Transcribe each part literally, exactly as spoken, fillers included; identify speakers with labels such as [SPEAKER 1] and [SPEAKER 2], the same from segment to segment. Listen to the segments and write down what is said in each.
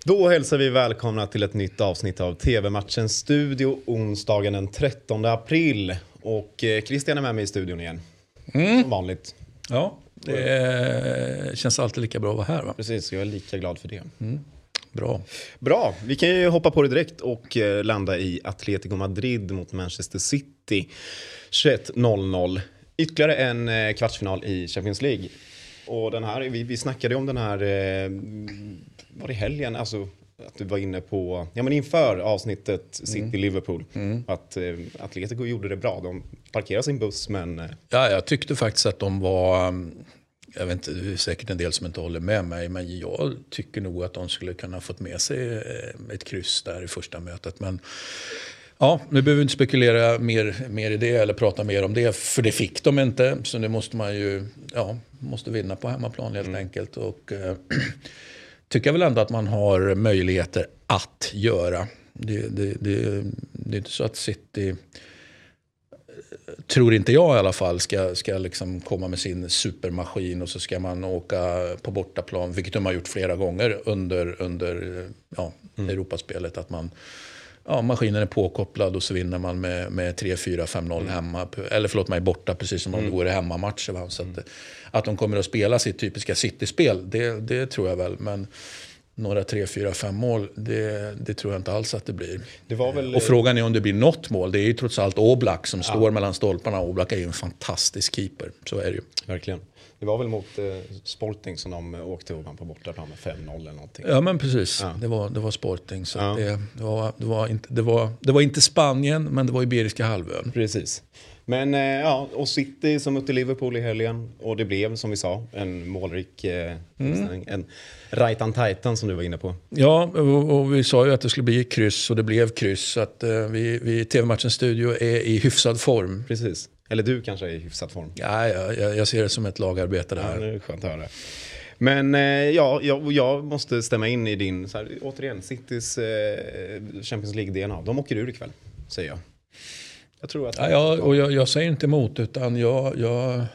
[SPEAKER 1] Då hälsar vi välkomna till ett nytt avsnitt av T V-matchen Studio onsdagen den trettonde april. Och Christian är med mig i studion igen, mm. som vanligt.
[SPEAKER 2] Ja, det känns alltid lika bra att vara här, va?
[SPEAKER 1] Precis, jag är lika glad för det.
[SPEAKER 2] Mm. Bra.
[SPEAKER 1] Bra, vi kan ju hoppa på det direkt och landa i Atletico Madrid mot Manchester City tjugoett noll noll. Ytterligare en kvartsfinal i Champions League. Och den här, vi, vi snackade om den här, eh, var det helgen, alltså att du var inne på, ja men inför avsnittet City-Liverpool, mm. mm. att eh, Atletico gjorde det bra, de parkerade sin buss men... Eh.
[SPEAKER 2] Ja, jag tyckte faktiskt att de var, jag vet inte, det är säkert en del som inte håller med mig, men jag tycker nog att de skulle kunna fått med sig ett kryss där i första mötet, men... Ja, nu behöver vi inte spekulera mer, mer i det eller prata mer om det, för det fick de inte, så nu måste man ju, ja, måste vinna på hemmaplan helt mm. enkelt, och eh, tycker jag väl ändå att man har möjligheter att göra. Det, det, det, det är inte så att City, tror inte jag i alla fall, ska, ska liksom komma med sin supermaskin och så ska man åka på bortaplan, vilket de har gjort flera gånger under, under ja, mm. Europaspelet, att man Ja, maskinen är påkopplad och så vinner man med, med tre fyra fem noll mm. hemma. Eller förlåt mig, borta, precis som om mm. det vore hemmamatcher. Va? Så att, att de kommer att spela sitt typiska City-spel, det, det tror jag väl. Men några tre fyra fem mål, det, det tror jag inte alls att det blir. Det var väl... Och frågan är om det blir något mål. Det är ju trots allt Oblak som ja. står mellan stolparna. Oblak är ju en fantastisk keeper, så är det ju.
[SPEAKER 1] Verkligen. Det var väl mot eh, Sporting som de åkte ovan på bortaplan med fem noll eller någonting.
[SPEAKER 2] Ja, men precis. Ja. Det, var, det var Sporting. Så ja. det, det, var, det, var inte, det, var, det var inte Spanien, men det var Iberiska halvön.
[SPEAKER 1] Precis. Men eh, ja, och City som mötte Liverpool i helgen. Och det blev, som vi sa, en målrik eh, mm. en right-on-titan som du var inne på.
[SPEAKER 2] Ja, och, och vi sa ju att det skulle bli kryss, och det blev kryss. Så att eh, vi, vi i T V-matchen Studio är i hyfsad form.
[SPEAKER 1] Precis. Eller du kanske är i hyfsad form.
[SPEAKER 2] Ja, jag, jag ser det som ett lagarbete det här.
[SPEAKER 1] Ja, det är skönt att höra. Men eh, ja, jag, jag måste stämma in i din, så här, återigen, Citys eh, Champions League-D N A. De åker ur ikväll, säger jag. Jag tror att...
[SPEAKER 2] Ja, jag, och jag, jag säger inte emot, utan jag... jag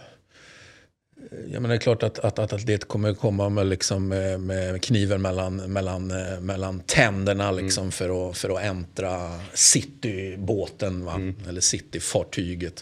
[SPEAKER 2] Jag menar, det är klart att, att, att Atlet kommer komma med, liksom, med, med kniven mellan, mellan, mellan tänderna liksom, mm. för, att, för att äntra City-båten, va? Mm. Eller City-fartyget.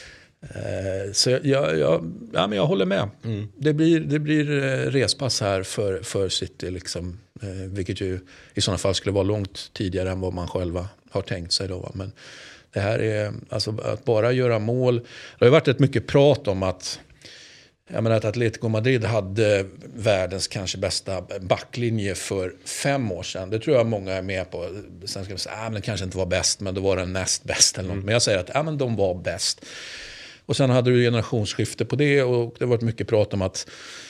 [SPEAKER 2] Eh, så jag, jag, ja, men jag håller med. Mm. Det blir, det blir respass här för, för City, liksom, eh, vilket ju i sådana fall skulle vara långt tidigare än vad man själva har tänkt sig. Då, va? Men det här är, alltså, att bara göra mål. Det har ju varit rätt mycket prat om att Jag menar att Atletico Madrid hade världens kanske bästa backlinje för fem år sedan. Det tror jag många är med på. Sen ska man säga att ah, den kanske inte var bäst, men det var den näst bäst eller något. Mm. Men jag säger att ah, men de var bäst. Och sen hade du generationsskifte på det, och det har varit mycket prat om att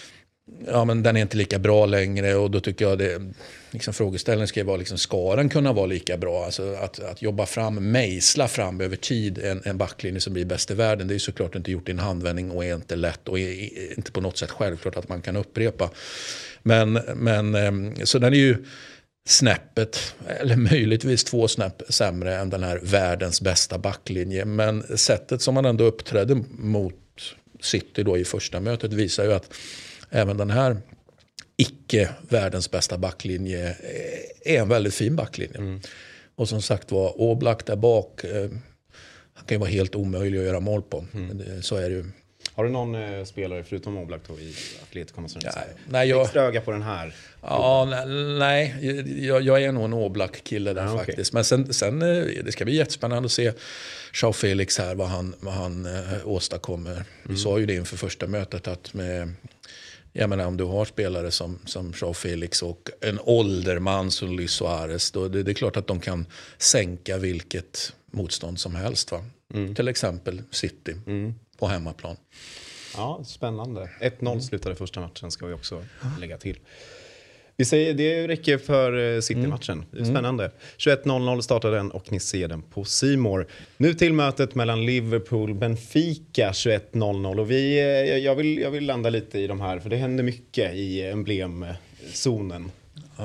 [SPEAKER 2] ja, men den är inte lika bra längre, och då tycker jag det liksom, frågeställningen ska vara liksom, ska den kunna vara lika bra, alltså att, att jobba fram, mejsla fram över tid en, en backlinje som blir bäst i världen, det är ju såklart inte gjort i en handvändning och är inte lätt och är inte på något sätt självklart att man kan upprepa, men, men så den är ju snäppet, eller möjligtvis två snäpp sämre än den här världens bästa backlinje, men sättet som man ändå uppträdde mot City då i första mötet visar ju att även den här icke världens bästa backlinje är en väldigt fin backlinje. Mm. Och som sagt var, Oblak där bak, eh, han kan ju vara helt omöjlig att göra mål på. Mm. Det, så är det ju.
[SPEAKER 1] Har du någon eh, spelare förutom Oblak då i Atletico?
[SPEAKER 2] Ja, nej, jag...
[SPEAKER 1] Extra öga på den här?
[SPEAKER 2] Ja, nej, jag, jag är nog en Oblak-kille där ja, faktiskt. Okay. Men sen, sen, det ska bli jättespännande att se João Felix här, vad han, vad han eh, åstadkommer. Mm. Vi sa ju det inför första mötet att med... Jag menar, om du har spelare som, som João Felix och en ålderman som Luis Suarez, då det, det är klart att de kan sänka vilket motstånd som helst. Va? Mm. Till exempel City mm. på hemmaplan.
[SPEAKER 1] Ja, spännande. ett noll mm. slutade första matchen, ska vi också lägga till. Vi säger, det räcker för City-matchen. Mm. Spännande. tjugoett noll noll startade den och ni ser den på C More. Nu till mötet mellan Liverpool och Benfica tjugoett noll noll. Och vi, jag, vill, jag vill landa lite i de här, för det händer mycket i emblemzonen.
[SPEAKER 2] Ja,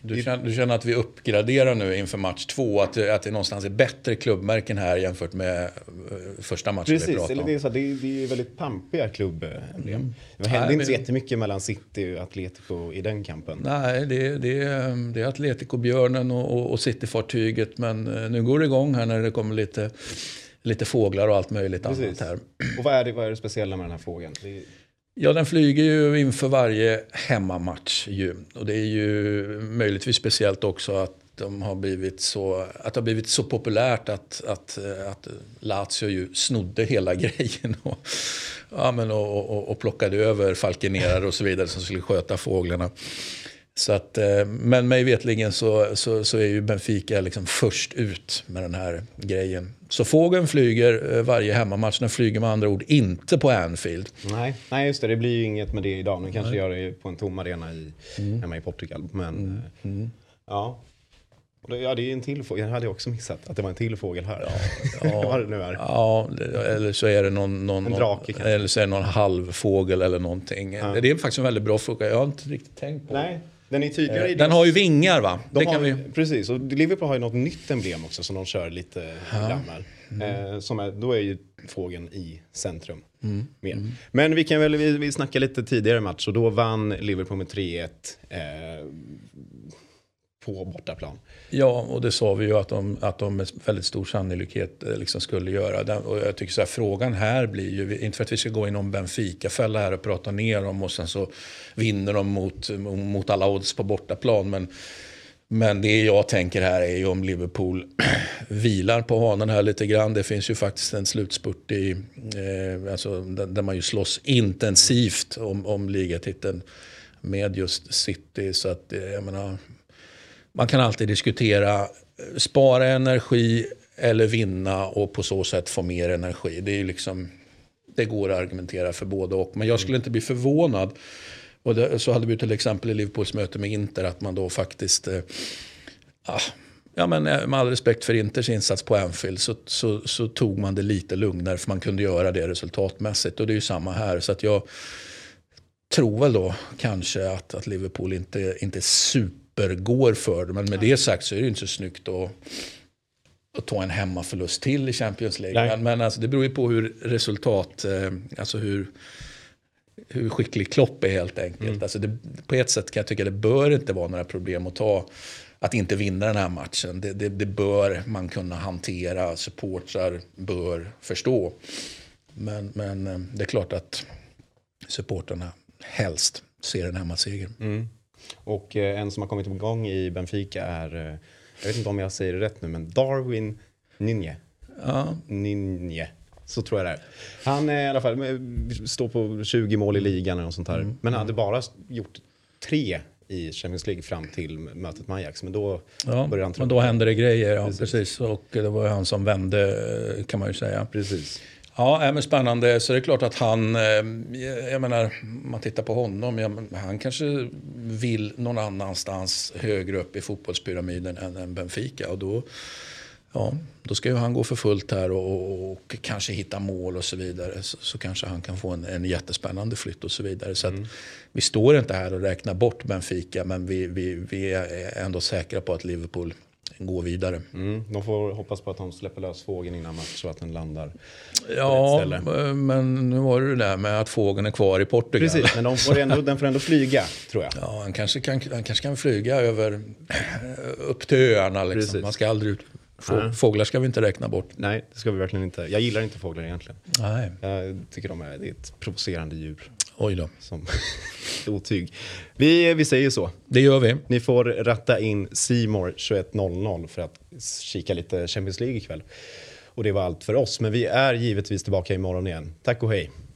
[SPEAKER 2] Du känner, du känner att vi uppgraderar nu inför match två, att, att det någonstans är bättre klubbmärken här jämfört med första matchen.
[SPEAKER 1] Precis,
[SPEAKER 2] vi pratade om.
[SPEAKER 1] eller det är så, det är, det är väldigt pampiga klubbemblem. Mm. Det hände
[SPEAKER 2] Nej,
[SPEAKER 1] inte så
[SPEAKER 2] men...
[SPEAKER 1] jättemycket mellan City och Atletico i den kampen.
[SPEAKER 2] Nej, det, det, det är Atletico-björnen och, och, och City-fartyget, men nu går det igång här när det kommer lite, lite fåglar och allt möjligt Precis. annat här.
[SPEAKER 1] Och vad är, det, vad är det speciella med den här fågeln? Det är...
[SPEAKER 2] Ja, den flyger ju inför varje hemmamatch ju. Och det är ju möjligtvis speciellt också att de har blivit så, att det har blivit så populärt att, att, att Lazio ju snodde hela grejen och, ja, men och, och, och plockade över falkenerare och så vidare som skulle sköta fåglarna. Så att, men mig vetligen så, så, så är ju Benfica liksom först ut med den här grejen. Så fågeln flyger varje hemmamatch. Den flyger med andra ord inte på Anfield.
[SPEAKER 1] Nej, nej just det. Det blir ju inget med det idag. Nu kanske nej. gör det på en tom arena i, mm. hemma i Portugal. Men mm. Mm. ja... Ja, det är en till fågel. Jag hade också missat att det var en till fågel här. Ja, ja, vad det nu är.
[SPEAKER 2] Ja, eller så är det någon, någon,
[SPEAKER 1] en drake kanske.
[SPEAKER 2] Eller så är det någon halvfågel eller någonting. Ja. Det är faktiskt en väldigt bra fråga. Jag har inte riktigt tänkt på det.
[SPEAKER 1] Nej, den är tydligare.
[SPEAKER 2] Den deras... har ju vingar, va?
[SPEAKER 1] De
[SPEAKER 2] det
[SPEAKER 1] har,
[SPEAKER 2] kan vi...
[SPEAKER 1] Precis, och Liverpool har ju något nytt emblem också som de kör lite ja. mm. eh, som är, Då är ju fågeln i centrum. Mm. Mer. Mm. Men vi kan väl, vi, vi snackade lite tidigare match och då vann Liverpool med tre ett eh, på bortaplan.
[SPEAKER 2] Ja, och det sa vi ju att de, att de med väldigt stor sannolikhet liksom skulle göra. Den, och jag tycker så här, frågan här blir ju, inte för att vi ska gå in om Benfica-fälla här och prata ner dem och sen så vinner de mot, mot alla odds på bortaplan. Men, men det jag tänker här är ju om Liverpool vilar på hanen här lite grann. Det finns ju faktiskt en slutspurt i, eh, alltså, där, där man ju slåss intensivt om, om ligatiteln med just City. Så att, jag menar... Man kan alltid diskutera spara energi eller vinna och på så sätt få mer energi. Det är ju liksom, det går att argumentera för båda och. Men jag skulle inte bli förvånad. Och det, så hade vi till exempel i Liverpools möte med Inter att man då faktiskt, eh, ja men med all respekt för Inters insats på Anfield så, så, så tog man det lite lugnare för man kunde göra det resultatmässigt. Och det är ju samma här. Så att jag tror väl då kanske att, att Liverpool inte, inte är super går för det. Men med det sagt så är det inte så snyggt att, att ta en hemmaförlust till i Champions League. Men, men alltså, det beror ju på hur resultat, eh, alltså hur, hur skicklig Klopp är helt enkelt. Mm. Alltså det, på ett sätt kan jag tycka att det bör inte vara några problem att ta att inte vinna den här matchen. Det, det, det bör man kunna hantera, supportrar bör förstå. Men, men det är klart att supportrarna helst ser en hemmaseger.
[SPEAKER 1] Mm. Och eh, en som har kommit igång i Benfica är, eh, jag vet inte om jag säger det rätt nu, men Darwin Nunez.
[SPEAKER 2] Ja.
[SPEAKER 1] Nunez, så tror jag det är. Han är i alla fall, står på tjugo mål i ligan och sånt här. Mm. Men han hade bara gjort tre i Champions League fram till mötet med Ajax. Men då
[SPEAKER 2] ja,
[SPEAKER 1] började han
[SPEAKER 2] tro. Men då hände det grejer, ja, precis. precis. Och det var han som vände, kan man ju säga.
[SPEAKER 1] Precis.
[SPEAKER 2] Ja, men spännande. Så det är klart att han, jag menar, man tittar på honom, ja, han kanske vill någon annanstans högre upp i fotbollspyramiden än, än Benfica. Och då, ja, då ska ju han gå för fullt här och, och kanske hitta mål och så vidare. Så, så kanske han kan få en, en jättespännande flytt och så vidare. Så mm. att vi står inte här och räknar bort Benfica, men vi, vi, vi är ändå säkra på att Liverpool gå vidare.
[SPEAKER 1] Mm, de får hoppas på att de släpper lös fågeln innan match så att den landar
[SPEAKER 2] ja,
[SPEAKER 1] på rätt ställe.
[SPEAKER 2] Men nu var det det där med att fågeln är kvar i Portugal.
[SPEAKER 1] Precis, men de får ändå, den får ändå flyga, tror jag.
[SPEAKER 2] Ja, han kanske kan, han kanske kan flyga över upp till öarna. Liksom. Man ska aldrig ut. Få, mm. Fåglar ska vi inte räkna bort.
[SPEAKER 1] Nej, det ska vi verkligen inte. Jag gillar inte fåglar egentligen.
[SPEAKER 2] Nej.
[SPEAKER 1] Jag tycker de är, det är ett provocerande djur.
[SPEAKER 2] Oj då.
[SPEAKER 1] Som otyg. Vi, vi säger så.
[SPEAKER 2] Det gör vi.
[SPEAKER 1] Ni får ratta in C More tjugoett noll noll för att kika lite Champions League ikväll. Och det var allt för oss. Men vi är givetvis tillbaka imorgon igen. Tack och hej.